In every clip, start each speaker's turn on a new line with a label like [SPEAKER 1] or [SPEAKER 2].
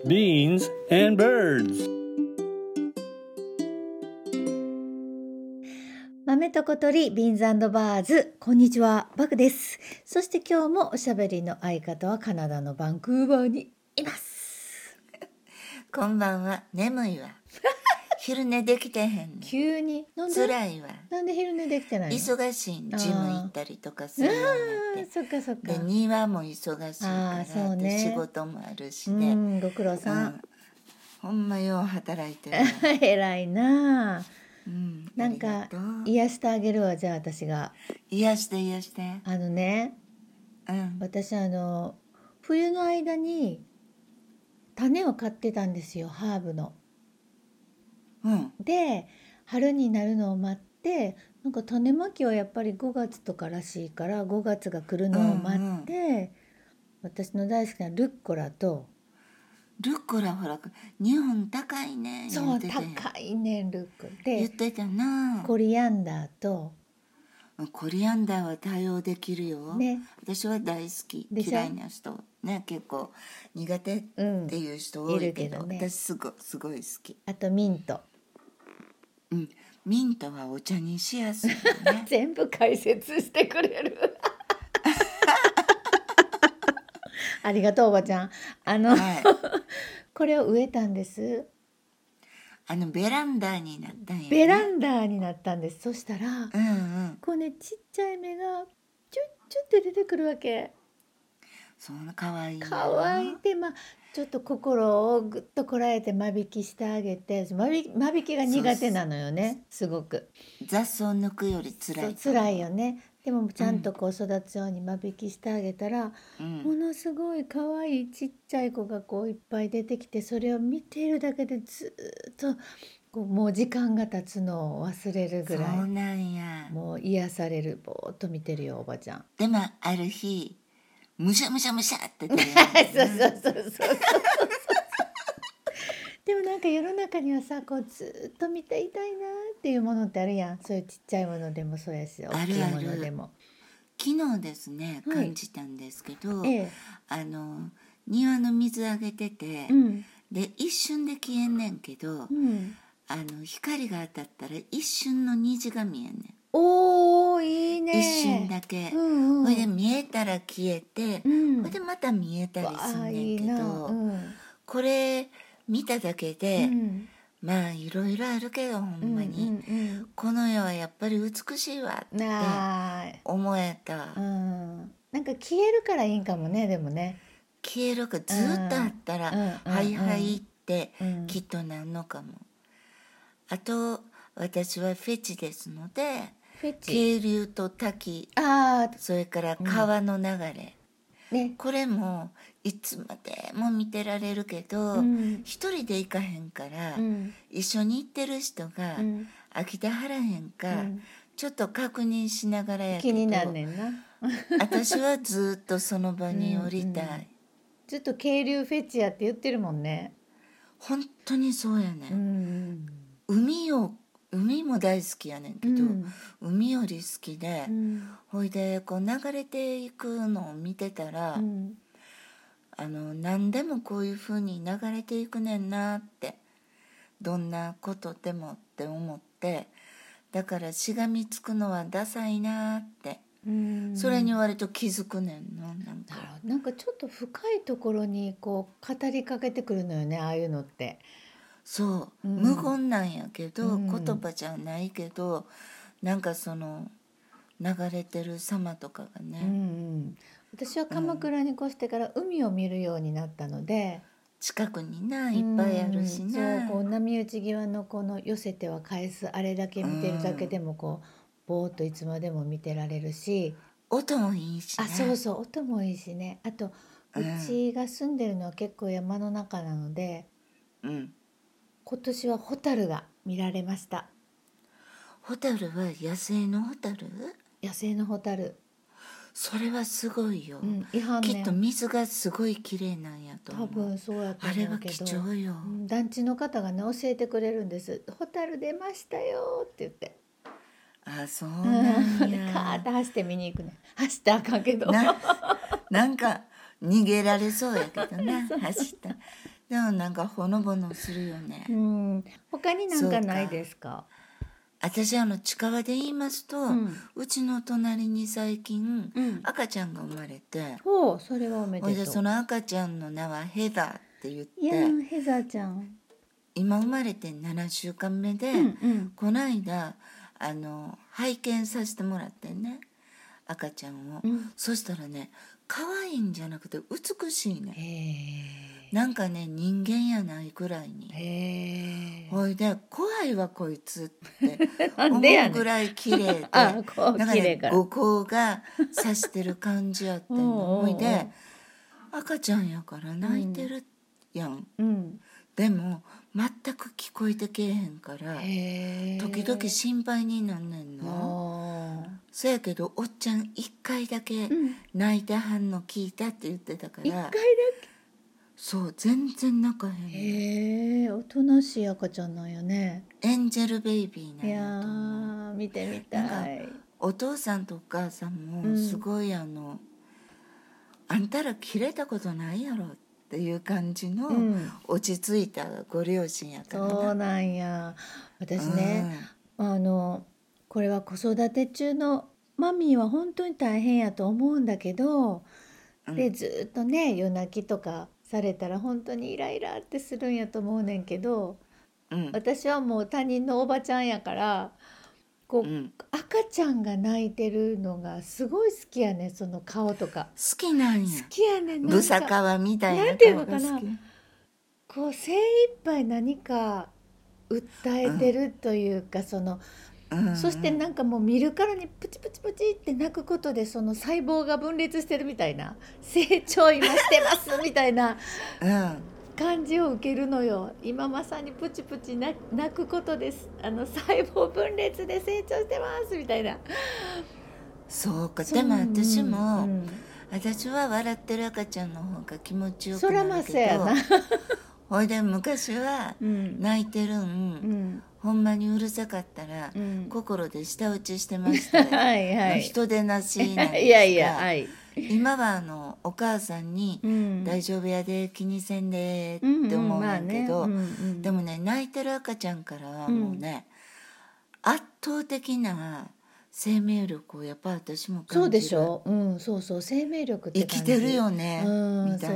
[SPEAKER 1] Beans and birds.
[SPEAKER 2] 豆と小鳥ビーンズ&バーズ、こんにちは、バクです。そして今日もおしゃべりの相方はカナダのバンクーバーにいます。
[SPEAKER 3] こんばんは。眠いわ。昼寝できてへんね。
[SPEAKER 2] 急になんで
[SPEAKER 3] 辛いわ。
[SPEAKER 2] なんで昼寝できてないの？
[SPEAKER 3] 忙しいん。ジム行ったりとかするようになって。
[SPEAKER 2] そっかそっか。
[SPEAKER 3] で庭も忙しいから
[SPEAKER 2] そうね、
[SPEAKER 3] で仕事もあるしね。
[SPEAKER 2] ご苦労さん。
[SPEAKER 3] ほんまよう働いてる。
[SPEAKER 2] 偉いな。なん
[SPEAKER 3] あ
[SPEAKER 2] か
[SPEAKER 3] りがとう。
[SPEAKER 2] 癒してあげるわ、じゃあ私が。
[SPEAKER 3] 癒して。
[SPEAKER 2] 私冬の間に種を買ってたんですよ、ハーブの。で春になるのを待って、なんか種まきはやっぱり5月とからしいから、5月が来るのを待って、私の大好きなルッコラと、
[SPEAKER 3] ルッコラほら日本高いね。
[SPEAKER 2] そう高いね、ルッコラで
[SPEAKER 3] 言ってたな。
[SPEAKER 2] コリアンダーと、
[SPEAKER 3] コリアンダーは対応できるよ、
[SPEAKER 2] ね、
[SPEAKER 3] 私は大好き。嫌いな人ね、結構苦手っていう人多いけど、
[SPEAKER 2] ね、
[SPEAKER 3] 私すごい好き。
[SPEAKER 2] あとミント、
[SPEAKER 3] ミントはお茶にしやすいよね。
[SPEAKER 2] 全部解説してくれるありがとう、おばちゃん。これを植えたんです。
[SPEAKER 3] ベランダーになったんやね。
[SPEAKER 2] ベランダーになったんです。そしたら、こうね、ちっちゃい芽がチュッチュッって出てくるわけ。
[SPEAKER 3] そんな可愛い。
[SPEAKER 2] 可愛いで、ちょっと心をぐっとこらえて間引きしてあげて、間引きが苦手なのよね、すごく。
[SPEAKER 3] 雑草抜くより辛い。
[SPEAKER 2] 辛いよね。でもちゃんとこう育つように間引きしてあげたら、ものすごい可愛いちっちゃい子がこういっぱい出てきて、それを見ているだけでずっとこうもう時間が経つのを忘れるぐらい。
[SPEAKER 3] そうなんや。
[SPEAKER 2] もう癒される。ぼーっと見てるよ、おばちゃん。
[SPEAKER 3] でもある日むしゃって出る
[SPEAKER 2] そうでもなんか世の中にはさ、こうずっと見ていたいなっていうものってあるやん。そういうちっちゃいものでもそうやし、大きいものでも。
[SPEAKER 3] 昨日ですね、感じたんですけど、庭の水あげてて、で一瞬で消えんねんけど、光が当たったら一瞬の虹が見えんねん。
[SPEAKER 2] おー、いいね。
[SPEAKER 3] 一瞬だけ、それで見えたら消えて、それでまた見えたりすんねんけど、これ見ただけで、いろいろあるけどほんまに、この世はやっぱり美しいわって思えた。
[SPEAKER 2] なんか消えるからいいんかもね。でもね、
[SPEAKER 3] 消えるかずっとあったら、はいはいってきっとなんのかも。あと私はフェチですので、渓流と滝、それから川の流れ、これもいつまでも見てられるけど、一人で行かへんから、一緒に行ってる人が飽きてはらへんか、ちょっと確認しながらやけど、
[SPEAKER 2] 気になんねんな
[SPEAKER 3] 私はずっとその場に降りたい。
[SPEAKER 2] ずっと渓流フェチやって言ってるもんね。
[SPEAKER 3] 本当にそうやねん。海も大好きやねんけど、海より好きで、ほいでこう流れていくのを見てたら、何でもこういう風に流れていくねんなって、どんなことでもって思って、だからしがみつくのはダサいなって、それに割と気づくねんの。
[SPEAKER 2] なんかちょっと深いところにこう語りかけてくるのよね、ああいうのって。
[SPEAKER 3] そう、無言なんやけど、言葉じゃないけど、なんかその流れてる様とかがね、
[SPEAKER 2] 私は鎌倉に越してから海を見るようになったので、
[SPEAKER 3] 近くにいっぱいあるしな、
[SPEAKER 2] こう波打ち際のこの寄せては返すあれだけ見てるだけでもこうぼーっといつまでも見てられるし、
[SPEAKER 3] 音もいいしね。
[SPEAKER 2] そう音もいいしね。あとうちが住んでるのは結構山の中なので、今年はホタルが見られました。
[SPEAKER 3] ホタルは野生のホタル？
[SPEAKER 2] 野生のホタル。
[SPEAKER 3] それはすごいよ、きっと水がすごい綺麗なんやと思う。
[SPEAKER 2] 多分そうやと思うけど、
[SPEAKER 3] あれは貴重よ、
[SPEAKER 2] 団地の方がね教えてくれるんです。ホタル出ましたよって言って。
[SPEAKER 3] そうなんや。
[SPEAKER 2] カーッて走って見に行くね。走ってあかんけど
[SPEAKER 3] なんか逃げられそうやけどな走った。 でもなんかほのぼのするよね。
[SPEAKER 2] 他になんかないですか？
[SPEAKER 3] 私近場で言いますと、うちの隣に最近、赤ちゃんが生まれて、
[SPEAKER 2] それはおめでとう。
[SPEAKER 3] でその赤ちゃんの名はヘザーって言って、
[SPEAKER 2] ヘザーちゃん
[SPEAKER 3] 今生まれて7週間目で、この間拝見させてもらってね、赤ちゃんを、そしたらね、可愛いんじゃなくて美しいね。なんかね、人間やないくらいに。ほいで怖いわこいつって思うぐらい綺麗でなんかね、五光がさしてる感じやってんの。ほいで赤ちゃんやから泣いてるやん、でも全く聞こえてけえへんから時々心配になんねんの。そやけどおっちゃん1回だけ泣いてはんの聞いたって言ってたから、1回だけ。そう全然泣かへん。
[SPEAKER 2] おとなしい赤ちゃんなんやね。
[SPEAKER 3] エンジェルベイビーなんやと思う。
[SPEAKER 2] 見てみたい。
[SPEAKER 3] なんかお父さんとお母さんもすごいあんたら切れたことないやろっていう感じの落ち着いたご両親やからな。
[SPEAKER 2] そうなんや。私ね、これは子育て中のマミーは本当に大変やと思うんだけど、でずっとね夜泣きとかされたら本当にイライラってするんやと思うねんけど、私はもう他人のおばちゃんやから赤ちゃんが泣いてるのがすごい好きやね。その顔とか
[SPEAKER 3] 好きなんや。
[SPEAKER 2] 好きやねん。
[SPEAKER 3] ブサカワみたいな
[SPEAKER 2] なんていうのかな、精一杯何か訴えてるというか、そしてなんかもう見るからにプチプチプチって泣くことでその細胞が分裂してるみたいな、成長今してますみたいな感じを受けるのよ。今まさにプチプチ泣くことです。細胞分裂で成長してますみたいな。
[SPEAKER 3] そうか。でも私も、私は笑ってる赤ちゃんの方が気持ちよくなるけど、ほいで昔は泣いてるほんまにうるさかったら、心で舌打ちしてましたよ。人でなしなんですか。今はお母さんに「大丈夫やで気にせんで」って思うんだけど、でもね、泣いてる赤ちゃんからはもうね、圧倒的な生命力をやっぱ私も感じる。
[SPEAKER 2] そうでしょ。そうそう、生命力って
[SPEAKER 3] 感じ。生きてるよねみたいな。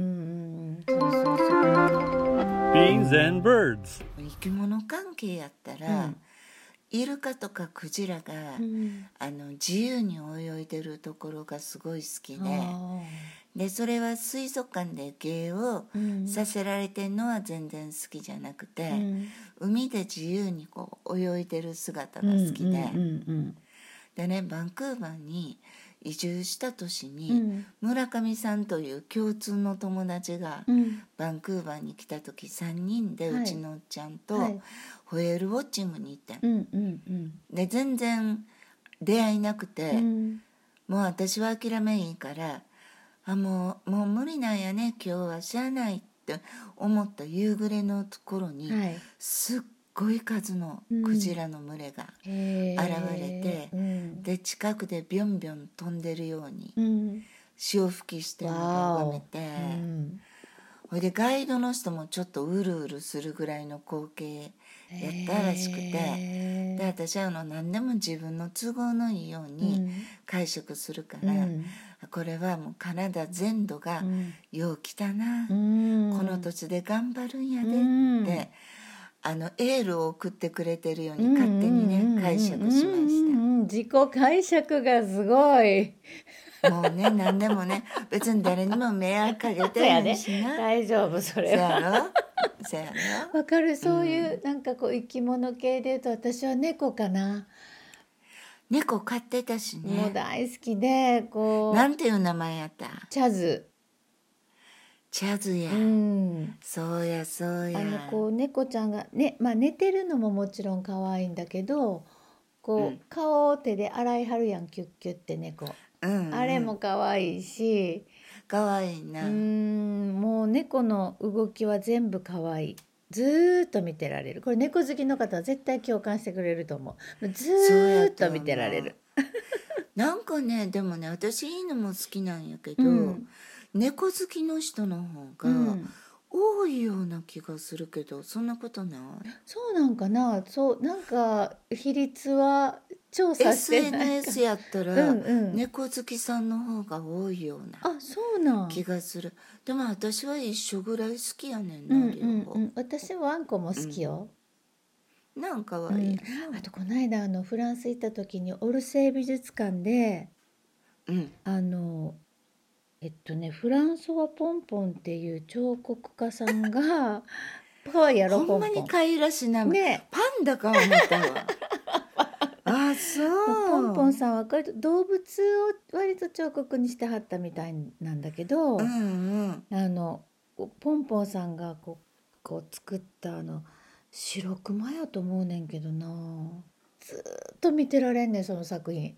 [SPEAKER 1] Beans and birds。
[SPEAKER 3] 生き物関係やったら、イルカとかクジラが、自由に泳いでるところがすごい好きで、それは水族館で芸をさせられてるのは全然好きじゃなくて、海で自由に泳いでる姿が好きで、でね、バンクーバーに移住した年に、村上さんという共通の友達がバンクーバーに来た時、3人でうちのおっちゃんとホエールウォッチングに行ってん。で全然出会いなくて、もう私は諦めいいからもう無理なんやね今日はしゃあないって思った夕暮れのところに、すっごい数のクジラの群れが現れて、で近くでビョンビョン飛んでるように潮吹きしてるのが拝めて、ほいでガイドの人もちょっとうるうるするぐらいの光景やったらしくて、で私は何でも自分の都合のいいように解釈するから、これはもうカナダ全土がよう来たな、この土地で頑張るんやでってエールを送ってくれてるように勝手にね解釈しました。
[SPEAKER 2] 自己解釈がすごい。
[SPEAKER 3] もうね、何でもね、別に誰にも迷惑かけてないしな。
[SPEAKER 2] 大丈夫、それは。
[SPEAKER 3] そやろ。
[SPEAKER 2] わかる。そういうなんか生き物系で言うと私は猫かな。
[SPEAKER 3] 猫飼ってたしね。
[SPEAKER 2] もう大好きで
[SPEAKER 3] なんていう名前やった？
[SPEAKER 2] チャズ。
[SPEAKER 3] チャズや。そうやそうや。
[SPEAKER 2] 猫ちゃんがね、寝てるのももちろん可愛いんだけど、顔を手で洗いはるやん、キュッキュッて猫。あれも可愛いし。
[SPEAKER 3] 可愛いな。
[SPEAKER 2] もう猫の動きは全部可愛い。ずーっと見てられる。これ猫好きの方は絶対共感してくれると思う。ずーっと見てられる。
[SPEAKER 3] なんかね、でもね、私犬も好きなんやけど、猫好きの人の方が多いような気がするけど、そんなことない？
[SPEAKER 2] そうなんかな、そうなんか比率は調査してないか。
[SPEAKER 3] SNS やった
[SPEAKER 2] う
[SPEAKER 3] ら
[SPEAKER 2] んうん。
[SPEAKER 3] 猫好きさんの方が多いような
[SPEAKER 2] あ、そうな
[SPEAKER 3] 気
[SPEAKER 2] ん。
[SPEAKER 3] がする。でも私は一緒ぐらい好きやねんな、
[SPEAKER 2] うんう
[SPEAKER 3] 両方。
[SPEAKER 2] んうん。私はワンコも好きよ。
[SPEAKER 3] なんかわ
[SPEAKER 2] うん。
[SPEAKER 3] いいやんな。
[SPEAKER 2] あとこの間フランス行った時にオルセー美術館で
[SPEAKER 3] うん。
[SPEAKER 2] あのフランソワ・ポンポンっていう彫刻家さんが可愛いやろ、
[SPEAKER 3] ほんま
[SPEAKER 2] ポンポ
[SPEAKER 3] に可愛らしい名
[SPEAKER 2] ン。
[SPEAKER 3] 前。
[SPEAKER 2] ね
[SPEAKER 3] パンダか思ったわ。あ、そ
[SPEAKER 2] ポンポン
[SPEAKER 3] う。
[SPEAKER 2] さんは割と動物を割と彫刻にしてはったみたいなんだけ
[SPEAKER 3] う
[SPEAKER 2] ど、
[SPEAKER 3] んうん。
[SPEAKER 2] ポンポンさんがこう作った白熊やと思うねんけどな、ずーっと見てられんねんその作品。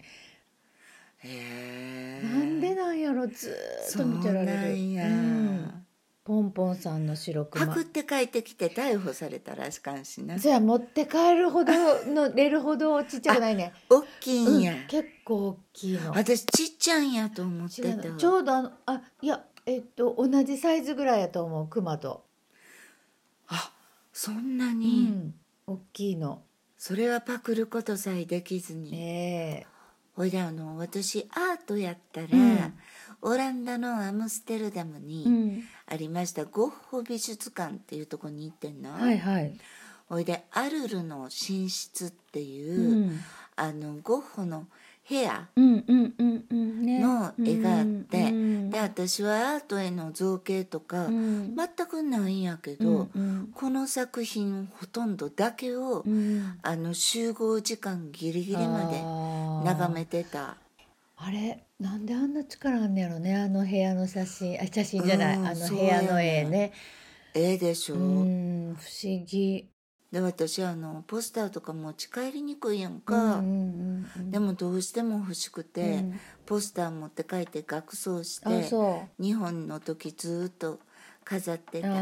[SPEAKER 2] なんで
[SPEAKER 3] へえ。
[SPEAKER 2] なんやろ、ずーっ
[SPEAKER 3] そう
[SPEAKER 2] と見てられる。
[SPEAKER 3] なんや。
[SPEAKER 2] うん。ポンポンさんの白熊。
[SPEAKER 3] パクって帰ってきて逮捕されたらしかんしな。
[SPEAKER 2] じゃあ持って帰るほどのれるほどちっちゃく
[SPEAKER 3] あ、
[SPEAKER 2] ないね。
[SPEAKER 3] 大きいんや。
[SPEAKER 2] 結構大きいの。
[SPEAKER 3] 私ちっちゃいんやと思っ
[SPEAKER 2] 違
[SPEAKER 3] てた。
[SPEAKER 2] うの。ちょうどいや、同じサイズぐらいやと思う、熊と。
[SPEAKER 3] あ、そんな
[SPEAKER 2] う
[SPEAKER 3] に。
[SPEAKER 2] ん。大きいの。
[SPEAKER 3] それはパクることさえできずに。
[SPEAKER 2] ええ。
[SPEAKER 3] ほいで私アートやったら、
[SPEAKER 2] うん。
[SPEAKER 3] オランダのアムステルダム
[SPEAKER 2] う
[SPEAKER 3] に
[SPEAKER 2] ん。
[SPEAKER 3] ありましたゴッホ美術館っていうとこに行ってんの。
[SPEAKER 2] はいはい。
[SPEAKER 3] ほいでアルルの寝室って
[SPEAKER 2] う
[SPEAKER 3] いう
[SPEAKER 2] ん。
[SPEAKER 3] ゴッホの部屋
[SPEAKER 2] うんうんうんうんね。
[SPEAKER 3] の絵があって、で
[SPEAKER 2] う
[SPEAKER 3] 私はアートへの造形とか
[SPEAKER 2] ん
[SPEAKER 3] 全くないんやけ
[SPEAKER 2] う
[SPEAKER 3] ど、
[SPEAKER 2] んうん
[SPEAKER 3] この作品ほとんどだけを、
[SPEAKER 2] うん。
[SPEAKER 3] 集合時間ギリギリまで眺めてた。
[SPEAKER 2] あれなんであんな力あんねやろね、あの部屋の写真じゃない、あの部
[SPEAKER 3] そう
[SPEAKER 2] 屋の
[SPEAKER 3] やねん。
[SPEAKER 2] 絵ね。
[SPEAKER 3] ええでしょ。
[SPEAKER 2] 不思議。
[SPEAKER 3] で私ポスターとか持ち帰りにくいやん
[SPEAKER 2] うんう
[SPEAKER 3] か。
[SPEAKER 2] んうん
[SPEAKER 3] でもどうしても欲しく
[SPEAKER 2] う
[SPEAKER 3] て、
[SPEAKER 2] ん。
[SPEAKER 3] ポスター持って帰って額装し
[SPEAKER 2] あ、
[SPEAKER 3] て
[SPEAKER 2] そ
[SPEAKER 3] 日本の時ずっと飾って
[SPEAKER 2] う。
[SPEAKER 3] た。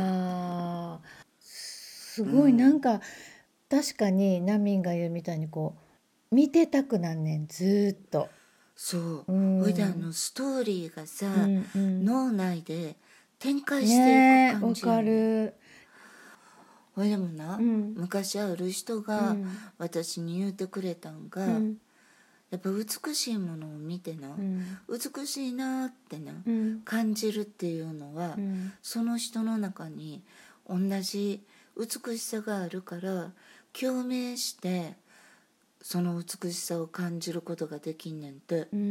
[SPEAKER 2] すごいなん
[SPEAKER 3] うん。
[SPEAKER 2] か確かにナミンが言うみたいにこう見てたくなんねん、ずーっと。
[SPEAKER 3] そう。
[SPEAKER 2] う
[SPEAKER 3] ほいで
[SPEAKER 2] ん
[SPEAKER 3] ストーリーがさ、
[SPEAKER 2] うん
[SPEAKER 3] 脳内で展開していく
[SPEAKER 2] ねえ、わか
[SPEAKER 3] 感じやねん。
[SPEAKER 2] る。
[SPEAKER 3] ほいでもな、
[SPEAKER 2] うん
[SPEAKER 3] 昔ある人
[SPEAKER 2] う
[SPEAKER 3] が
[SPEAKER 2] ん
[SPEAKER 3] 私に言うてくれたんが、
[SPEAKER 2] うん
[SPEAKER 3] やっぱ美しいものを見てな、
[SPEAKER 2] うん
[SPEAKER 3] 美しいなってな、
[SPEAKER 2] うん
[SPEAKER 3] 感じるっていうのは、
[SPEAKER 2] うん
[SPEAKER 3] その人の中に同じ美しさがあるから共鳴してその美しさを感じることができんねんて。
[SPEAKER 2] うん。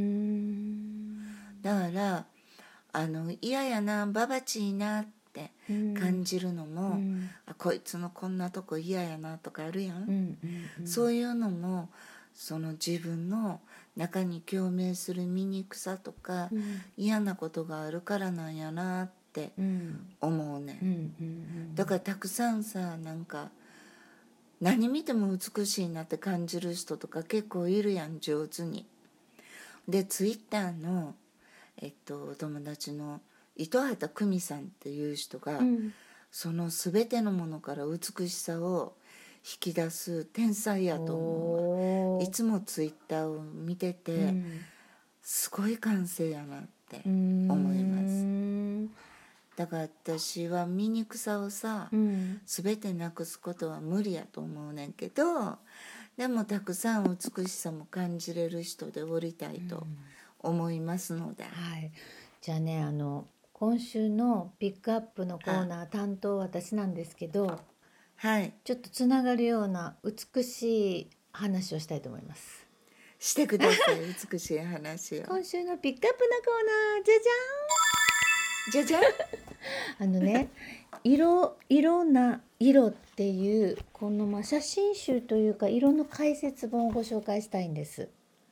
[SPEAKER 3] だから嫌やなババチーなって感じるのも、
[SPEAKER 2] うん
[SPEAKER 3] こいつのこんなとこ嫌やなとかあるやん、
[SPEAKER 2] うんうん
[SPEAKER 3] そういうのもその自分の中に共鳴する醜さとか、
[SPEAKER 2] うん
[SPEAKER 3] 嫌なことがあるからなんやなって
[SPEAKER 2] うん
[SPEAKER 3] 思うねん、
[SPEAKER 2] うん
[SPEAKER 3] だからたくさんさなんか何見ても美しいなって感じる人とか結構いるやん上手に。でツイッターのお友達の糸畑久美さんっていう人が、
[SPEAKER 2] うん
[SPEAKER 3] その全てのものから美しさを引き出す天才やと思うわ。いつもツイッターを見てて、すごい感性やなって思います。だから私は醜さをさ、全てなくすことは無理やと思うねんけど、でもたくさん美しさも感じれる人でおりたいと思いますので、
[SPEAKER 2] はい。じゃあね、今週のピックアップのコーナー担当私なんですけど、
[SPEAKER 3] はい、
[SPEAKER 2] ちょっとつながるような美しい話をしたいと思います。
[SPEAKER 3] してください美しい話を。
[SPEAKER 2] 今週のピックアップのコーナー、じゃじゃん。
[SPEAKER 3] じゃじゃん
[SPEAKER 2] ね、いろんな色っていうこの写真集というか色の解説本をご紹介したいんです。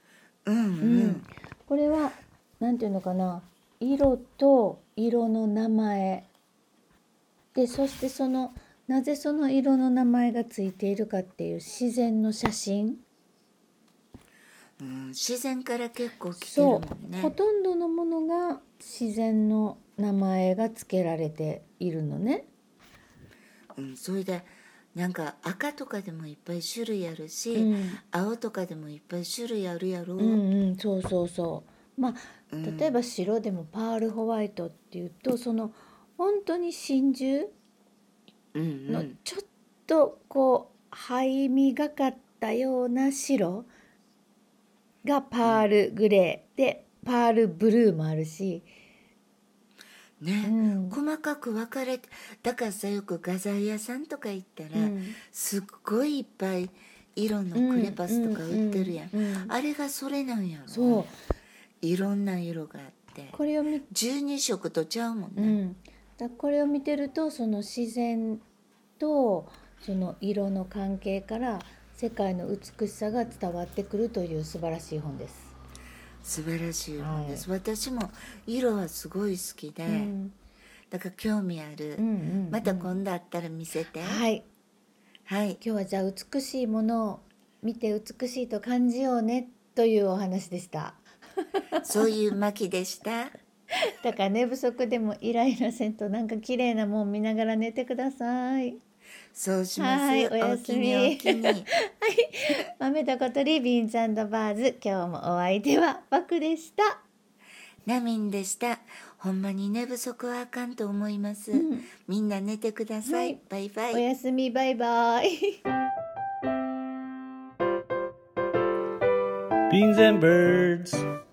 [SPEAKER 2] これはなんていうのかな、色と色の名前で、そしてなぜその色の名前がついているかっていう自然の写真。
[SPEAKER 3] 自然から結構来てるもんね。
[SPEAKER 2] ほとんどのものが自然の名前が付けられているのね。
[SPEAKER 3] それでなんか赤とかでもいっぱい種類あるし、青とかでもいっぱい種類あるやろ。
[SPEAKER 2] そうそうそう。まあ例えば白でもパールホワイトっていうと、その本当に真珠のちょっとこう灰みがかったような白がパールグレーで、パールブルーもあるし
[SPEAKER 3] ね、細かく分かれて、だからさ、よく画材屋さんとか行ったら、すっごいいっぱい色のクレパスとか売ってるやん、あれがそれなんやろ。
[SPEAKER 2] そう、
[SPEAKER 3] いろんな色があって
[SPEAKER 2] これを
[SPEAKER 3] 12色とちゃうもんね、
[SPEAKER 2] これを見てると、その自然とその色の関係から世界の美しさが伝わってくるという素晴らしい本です。
[SPEAKER 3] 素晴らしい本です、私も色はすごい好きで、だから興味ある、また今度あったら見せて。
[SPEAKER 2] はい、
[SPEAKER 3] はい、
[SPEAKER 2] 今日はじゃあ美しいものを見て美しいと感じようねというお話でした。
[SPEAKER 3] そういう巻でした
[SPEAKER 2] だから寝不足でもイライラせんと、なんか綺麗なもん見ながら寝てください。
[SPEAKER 3] そうします。
[SPEAKER 2] はい、おやすみ。
[SPEAKER 3] おおきに
[SPEAKER 2] はい、豆と小鳥ビーンズ&バーズ、今日もお相手はパクでした。
[SPEAKER 3] ナミンでした。ほんまに寝不足はあかんと思います、みんな寝てください、バイバイ。
[SPEAKER 2] おやすみ、バイバイ。
[SPEAKER 1] Beans and birds.